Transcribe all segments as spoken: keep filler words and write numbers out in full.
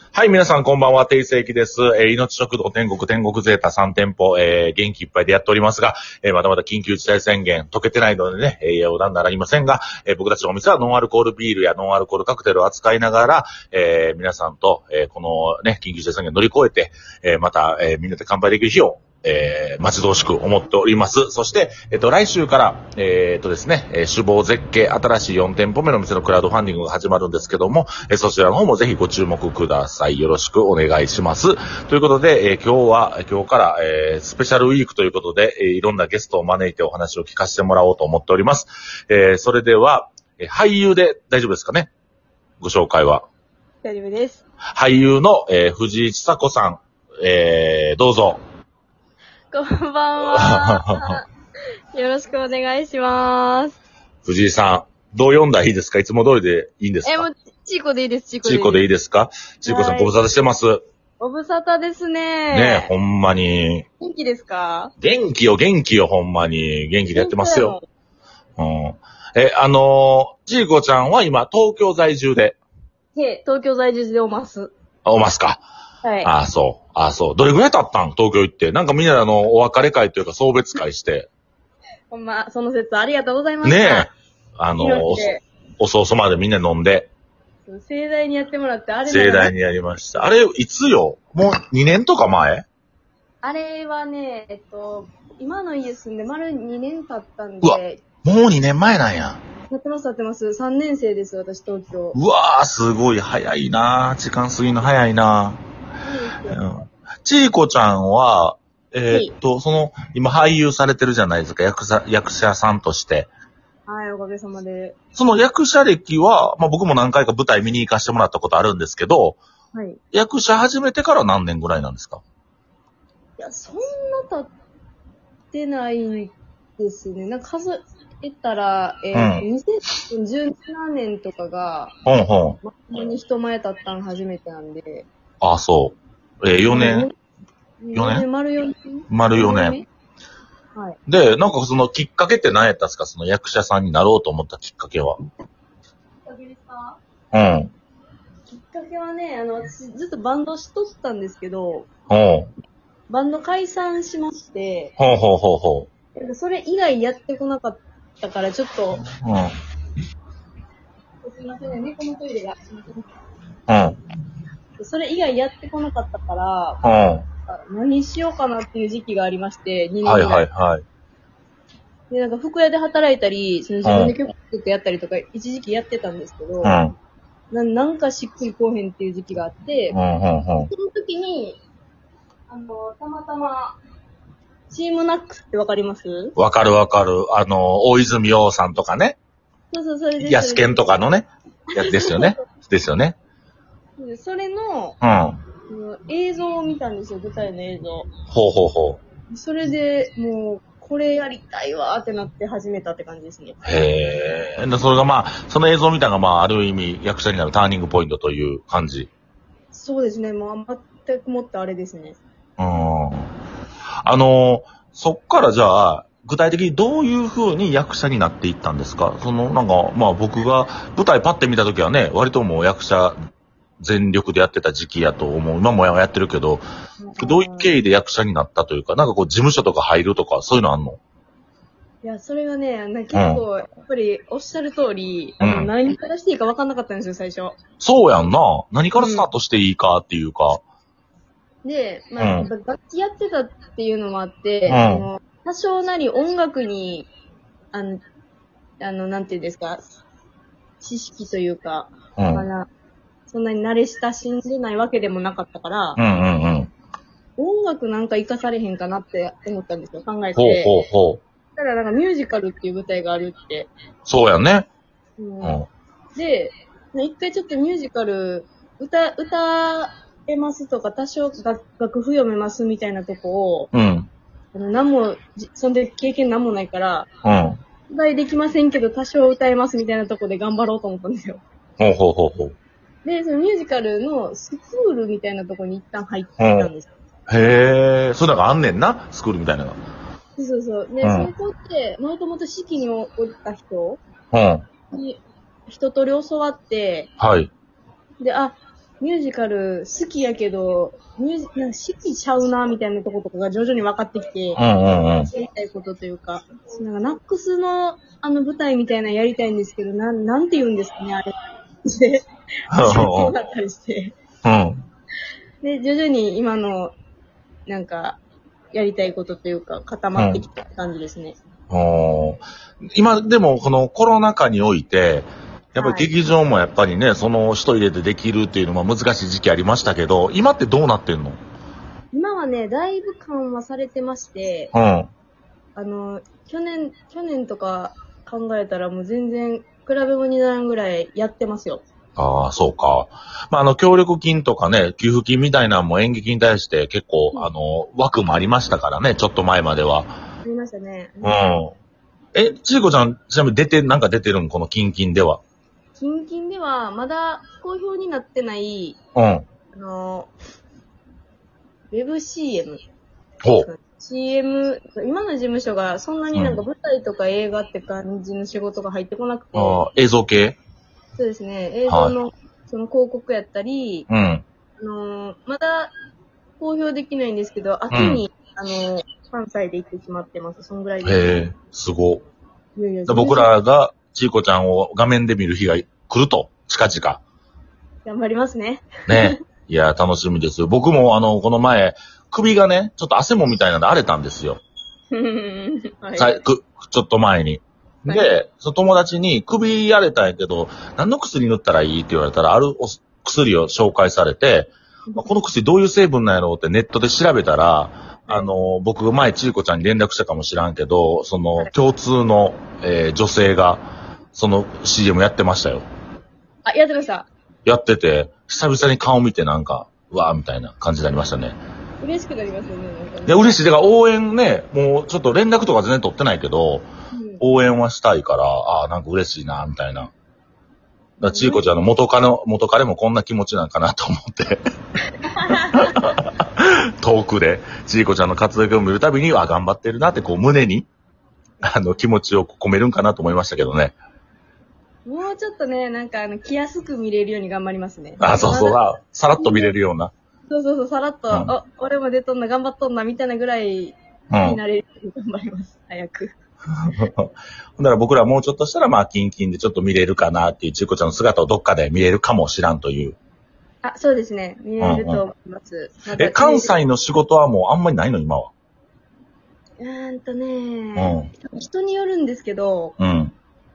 はい、皆さんこんばんは、定世紀です。えー、命食堂天国、天国ゼータさん店舗、えー、元気いっぱいでやっておりますが、えー、まだまだ緊急事態宣言解けてないのでね、えー、予断ならありませんが、えー、僕たちのお店はノンアルコールビールやノンアルコールカクテルを扱いながら、えー、皆さんと、えー、このね、緊急事態宣言乗り越えて、えー、また、えー、みんなで乾杯できる日を、えー、待ち遠しく思っております。そして、えっと、来週から、えー、っとですね、えー、首謀絶景、新しいよん店舗目の店のクラウドファンディングが始まるんですけども、えー、そちらの方もぜひご注目ください。よろしくお願いします。ということで、えー、今日は、今日から、えー、スペシャルウィークということで、えー、いろんなゲストを招いてお話を聞かせてもらおうと思っております。えー、それでは、えー、俳優で大丈夫ですかね？ご紹介は。 大丈夫です。 俳優の、えー、藤井千佐子さん、えー、どうぞ。 こんばんは。よろしくお願いします。 藤井さん、どう読んだらいいですか？いつも通りでいいんですか？ え、もう、チーコでいいです、チーコでいいです。チーコでいいですか？チーコさん、ご無沙汰してます。 ご無沙汰ですね。 ねえ、ほんまに。 元気ですか？ 元気よ、元気よ、ほんまに。元気でやってますよ。うん。え、あのー、チーコちゃんは今、東京在住で。 で、東京在住でおます。 あ、おますか。 はい。 ああ、そう。ああ、そう。どれぐらい経ったん？東京行って。なんかみんなであの、お別れ会というか送別会して。 ほんま、その説ありがとうございました。 ねえ。あの、お、おそおそまでみんな飲んで。 盛大にやってもらって、あれ盛大にやりました。あれ、いつよ？もうにねんとか前？ あれはね、えっと、今の家住んで丸にねん経ったんうわ、 で。 もうにねんまえなんや。 やってます、やってます。さんねん生です、私、東京。 うわー、すごい早いなー。時間過ぎの早いなー。うん。ちーこちゃんは、えー、っと、はい、その、今俳優されてるじゃないですか、役者、役者さんとして。 はい、おかげさまで。 その役者歴は、まあ、僕も何回か舞台見に行かせてもらったことあるんですけど、はい。役者始めてから何年ぐらいなんですか？ いや、そんな経ってないですね。なんか数えたら、えー、うん、にせんじゅうななねんとかが、 ほんほん。 まともに人前立ったの初めてなんで。 あ、そう。えー、よねん ?よ 年丸よねん丸よねん。はい。で、なんかそのきっかけって何やったんですか？その役者さんになろうと思ったきっかけは。きっかけですか？ うん。 きっかけはね、あの、私ずっとバンドしとったんですけど、 うん。 バンド解散しまして、 ほうほうほうほう。それ以外やってこなかったから、ちょっと、うん。すいませんね、猫のトイレが。うん。それ以外やってこなかったから、うん。何しようかなっていう時期がありまして、にねんぐらい。はいはいはい。で、なんか服屋で働いたり、その自分で曲作ってやったりとか、一時期やってたんですけど、うん。な, なんかしっくりこうへんっていう時期があって、うんうんうん、その時に、あの、たまたま、チームナックスってわかります？ わかるわかる。あの、大泉洋さんとかね。 そうそう、それです。 ヤスケンとかのね。やつですよね。ですよね。 それの、うん、映像を見たんですよ、舞台の映像。 ほうほうほう。それで、もう、これやりたいわーってなって始めたって感じですね。 へー。それがまあ、その映像を見たのがまあ、ある意味、役者になるターニングポイントという感じ。 そうですね、もう全くもってあれですね。 うん。あの、そっからじゃあ、具体的にどういう風に役者になっていったんですか？その、なんか、まあ僕が舞台パッて見たときはね、割ともう役者全力でやってた時期やと思う。今もやってるけど、どういう経緯で役者になったというか、なんかこう事務所とか入るとか、そういうのあんの？ いや、それがね、結構、やっぱりおっしゃる通り、うん、あの、何からしていいか分かんなかったんですよ、最初。 そうやんな。何からスタートしていいかっていうか。 うん、で、まあ、うん、楽器やってたっていうのもあって、うん、あの多少なり音楽に、あの、あの、なんていうんですか、知識というか、うん、まだ、そんなに慣れ親しんでないわけでもなかったから、うんうんうん、音楽なんか活かされへんかなって思ったんですよ、考えて。ほうほうほう。だからなんかミュージカルっていう舞台があるって。 そうやね。 うんうん、で、一回ちょっとミュージカル、歌、歌えますとか、多少楽楽譜読めますみたいなとこを、うん。あの、なんも、そんで経験なんもないから、うん。歌いできませんけど、多少歌えますみたいなとこで頑張ろうと思ったんですよ。 ほうほうほうほう。 で、そのミュージカルのスクールみたいなとこに一旦入ってたんですよ。 うん、へー、そういうのがあんねんな、スクールみたいなのが。 そうそう。で、うん、そこって、もともと式におった人、うん、に一通り教わって、はい。で、あ、 ミュージカル好きやけど、ミュージなんか好きちゃうな、みたいなとことかが徐々に分かってきて、 うんうんうん。やりたいことというか、なんかナックスのあの舞台みたいなのやりたいんですけど、なん、なんて言うんですかね、あれ。で、そうだったりして。うん。で、徐々に今の、なんか、やりたいことというか、固まってきた感じですね。 うん、今、でも、このコロナ禍において、やっぱり劇場もやっぱりね、はい、その人入れてできるっていうのも難しい時期ありましたけど、今ってどうなってんの？ 今はね、だいぶ緩和されてまして、うん。あの、去年、去年とか考えたらもう全然、比べ物にならんぐらいやってますよ。 ああ、そうか。まあ、あの、協力金とかね、給付金みたいなのも演劇に対して結構、うん、あの、枠もありましたからね、ちょっと前までは。 ありましたね。 うん。え、ちいこちゃん、ちなみに出て、なんか出てるん？このキンキンでは。 近々では、まだ公表になってない、うん。あの、ウェブ シーエム。 ほう。 シーエム、今の事務所がそんなになんか舞台とか映画って感じの仕事が入ってこなくて。 ああ、映像系？ そうですね。映像の、はい、その広告やったり、うん。あの、まだ公表できないんですけど、秋に、うん、あの、関西で行ってしまってます。そんぐらいで。 へえ、すご。いやいや僕らが、ちいこちゃんを画面で見る日が来ると、近々。 頑張りますね。 ね。いや、楽しみですよ。僕も、あの、この前、首がね、ちょっと汗もみたいなんで荒れたんですよ。はい、さくちょっと前に。で、はい、その友達に首荒れたんやけど、何の薬塗ったらいいって言われたら、ある薬を紹介されて、まあ、この薬どういう成分なんやろうってネットで調べたら、あの、僕が前、ちいこちゃんに連絡したかもしらんけど、その、共通の、えー、女性が、その シーエム やってましたよ。 あ、やってました。 やってて、久々に顔見てなんか、うわーみたいな感じになりましたね。 嬉しくなりますよね。なんかね、 いや、嬉しい。だから応援ね、もうちょっと連絡とか全然取ってないけど、うん、応援はしたいから、ああ、なんか嬉しいな、みたいな。だからちいこちゃんの元カノ、元彼もこんな気持ちなんかなと思って。遠くで、ちいこちゃんの活躍を見るたびに、あ、頑張ってるなって、こう胸に、あの、気持ちを込めるんかなと思いましたけどね。 もうちょっとね、なんかあの、気安く見れるように頑張りますね。 あ、そうそう、あ、さらっと見れるような。 そうそうそう、さらっと、うん、あ、俺も出とんな、頑張っとんな、みたいなぐらいになれるように頑張ります、うん、早く。 だから僕らもうちょっとしたら、まあ、キンキンでちょっと見れるかなっていう、ちいこちゃんの姿をどっかで見れるかもしらんという。 あ、そうですね。見れると思います。 うんうん、え、関西の仕事はもうあんまりないの、今は。 うーんとね、うん、人によるんですけど、うん。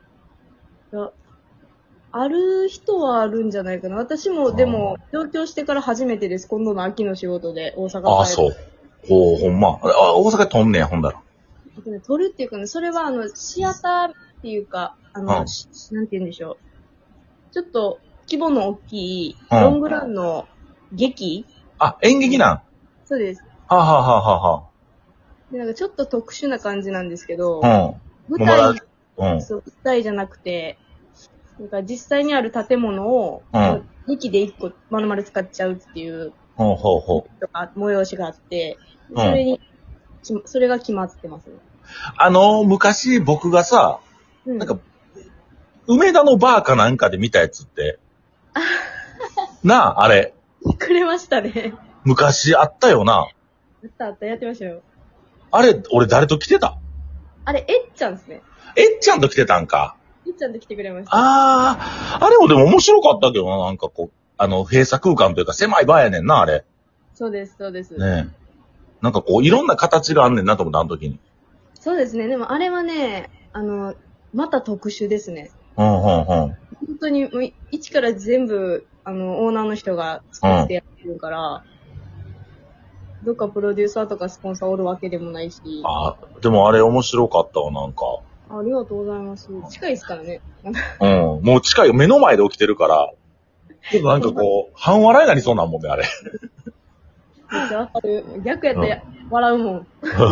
ある人はあるんじゃないかな。私も、でも、上京してから初めてです。今度の秋の仕事で、大阪で。 ああ、そう。ほう、ほんま。あ、大阪飛んねん、ほんだら。 取るっていうかね、それはあの、シアターっていうか、あの、うん、なんて言うんでしょう。ちょっと、規模の大きい、ロングランの劇、 うん、あ、演劇なん？ そうです。 はあ、はあはははあ、 で、なんかちょっと特殊な感じなんですけど、うん、舞台、うん、そう、舞台じゃなくて、なんか実際にある建物を、うん、劇で一個丸々使っちゃうっていう、 ほうほうほう。 とか、催しがあって、それに、うん、それが決まってますね。 あの、昔僕がさ、うん、なんか、梅田のバーかなんかで見たやつって、なあ、あれ。 くれましたね。 昔あったよな。あったあった、やってましたよ。 あれ、俺誰と来てた？ あれ、えっちゃんですね。 えっちゃんと来てたんか。 えっちゃんと来てくれました。 ああ、あれもでも面白かったけどな、なんかこう、あの、閉鎖空間というか狭い場やねんな、あれ。 そうです、そうです。 ねえ。なんかこう、いろんな形があんねんなと思った、あの時に。 そうですね。でもあれはね、あの、また特殊ですね。 うんうんうん。 本当に、もう一から全部、あの、オーナーの人が作ってやってるから、うん、どっかプロデューサーとかスポンサーおるわけでもないし。 あ、でもあれ面白かったわ、なんか。 ありがとうございます。近いですからね。 うん。もう近い、目の前で起きてるから、ちょっとなんかこう、半笑いになりそうなもんね、あれ。 めっちゃわかる。逆やったら、うん、笑うもん。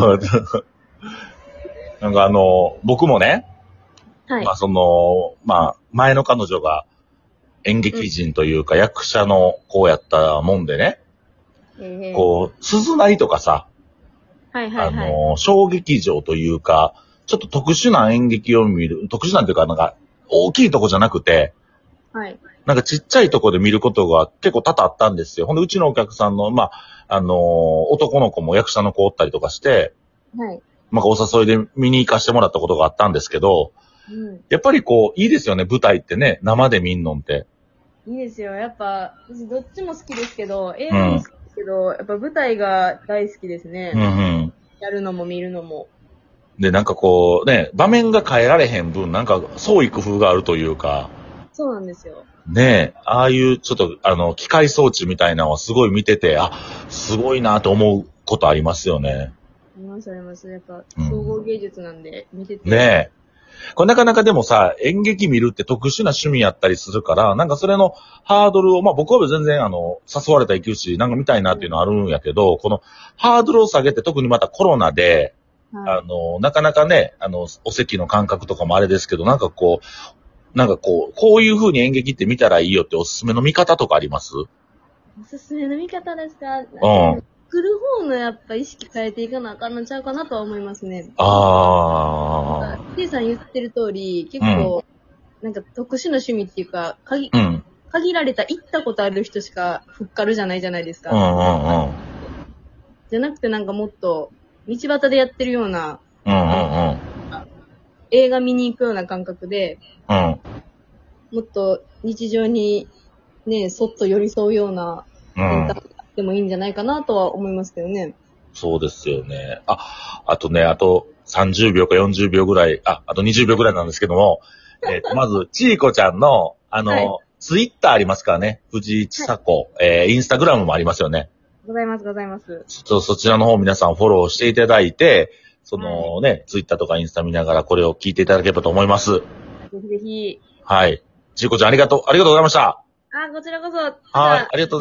なんかあの、僕もね、 はい。 まあその、まあ、前の彼女が演劇人というか、うん、役者の子やったもんでね、えー、こう、鈴なりとかさ、 はいはいはい。 あの、小劇場というか、ちょっと特殊な演劇を見る、特殊なんていうか、なんか、大きいとこじゃなくて、 はい。 なんかちっちゃいとこで見ることが結構多々あったんですよ。ほんで、うちのお客さんの、まあ、あのー、男の子も役者の子おったりとかして、 はい。 まあ、お誘いで見に行かしてもらったことがあったんですけど、うん、やっぱりこう、いいですよね、舞台ってね、生で見んのって。 いいですよ。やっぱ、私どっちも好きですけど、映画も好きですけど、うん、やっぱ舞台が大好きですね。うんうん。やるのも見るのも。 で、なんかこう、ね、場面が変えられへん分、なんか創意工夫があるというか。 そうなんですよ。 ねえ、ああいうちょっと、あの、機械装置みたいなのをすごい見てて、あ、すごいなと思うことありますよね。 ありますあります。やっぱ、総合芸術なんで、見てて。 ねえ。これなかなかでもさ、演劇見るって特殊な趣味やったりするから、なんかそれのハードルを、まあ僕は全然あの、誘われたら行くし、なんか見たいなっていうのはあるんやけど、うん、このハードルを下げて、特にまたコロナで、はい、あの、なかなかね、あの、お席の感覚とかもあれですけど、なんかこう、なんかこう、こういう風に演劇って見たらいいよっておすすめの見方とかあります？ おすすめの見方ですか？うん。来る方のやっぱ意識変えていかなあかんのちゃうかなとは思いますね。ああ。T さん言ってる通り、結構、うん、なんか特殊な趣味っていうか、限、うん、限られた行ったことある人しかふっかるじゃないじゃないですか。うんうんうん、じゃなくてなんかもっと、道端でやってるような、うんうんうん、映画見に行くような感覚で、うん、もっと日常にね、そっと寄り添うような、選択でもいいんじゃないかなとは思いますけどね。 そうですよね。あ、あとね、あとさんじゅうびょうかよんじゅうびょうぐらい、あ、あとにじゅうびょうぐらいなんですけども、えー、まず、ちーこちゃんの、あの、はい、ツイッターありますからね。藤井千佐子、はい、えー、インスタグラムもありますよね。 ございます、ございます。 そ、そちらの方皆さんフォローしていただいて、そのね、はい、ツイッターとかインスタ見ながらこれを聞いていただければと思います。ぜひぜひ。 はい。ちーこちゃんありがとう、ありがとうございました。 あ、こちらこそ。 はい、ありがとうございます。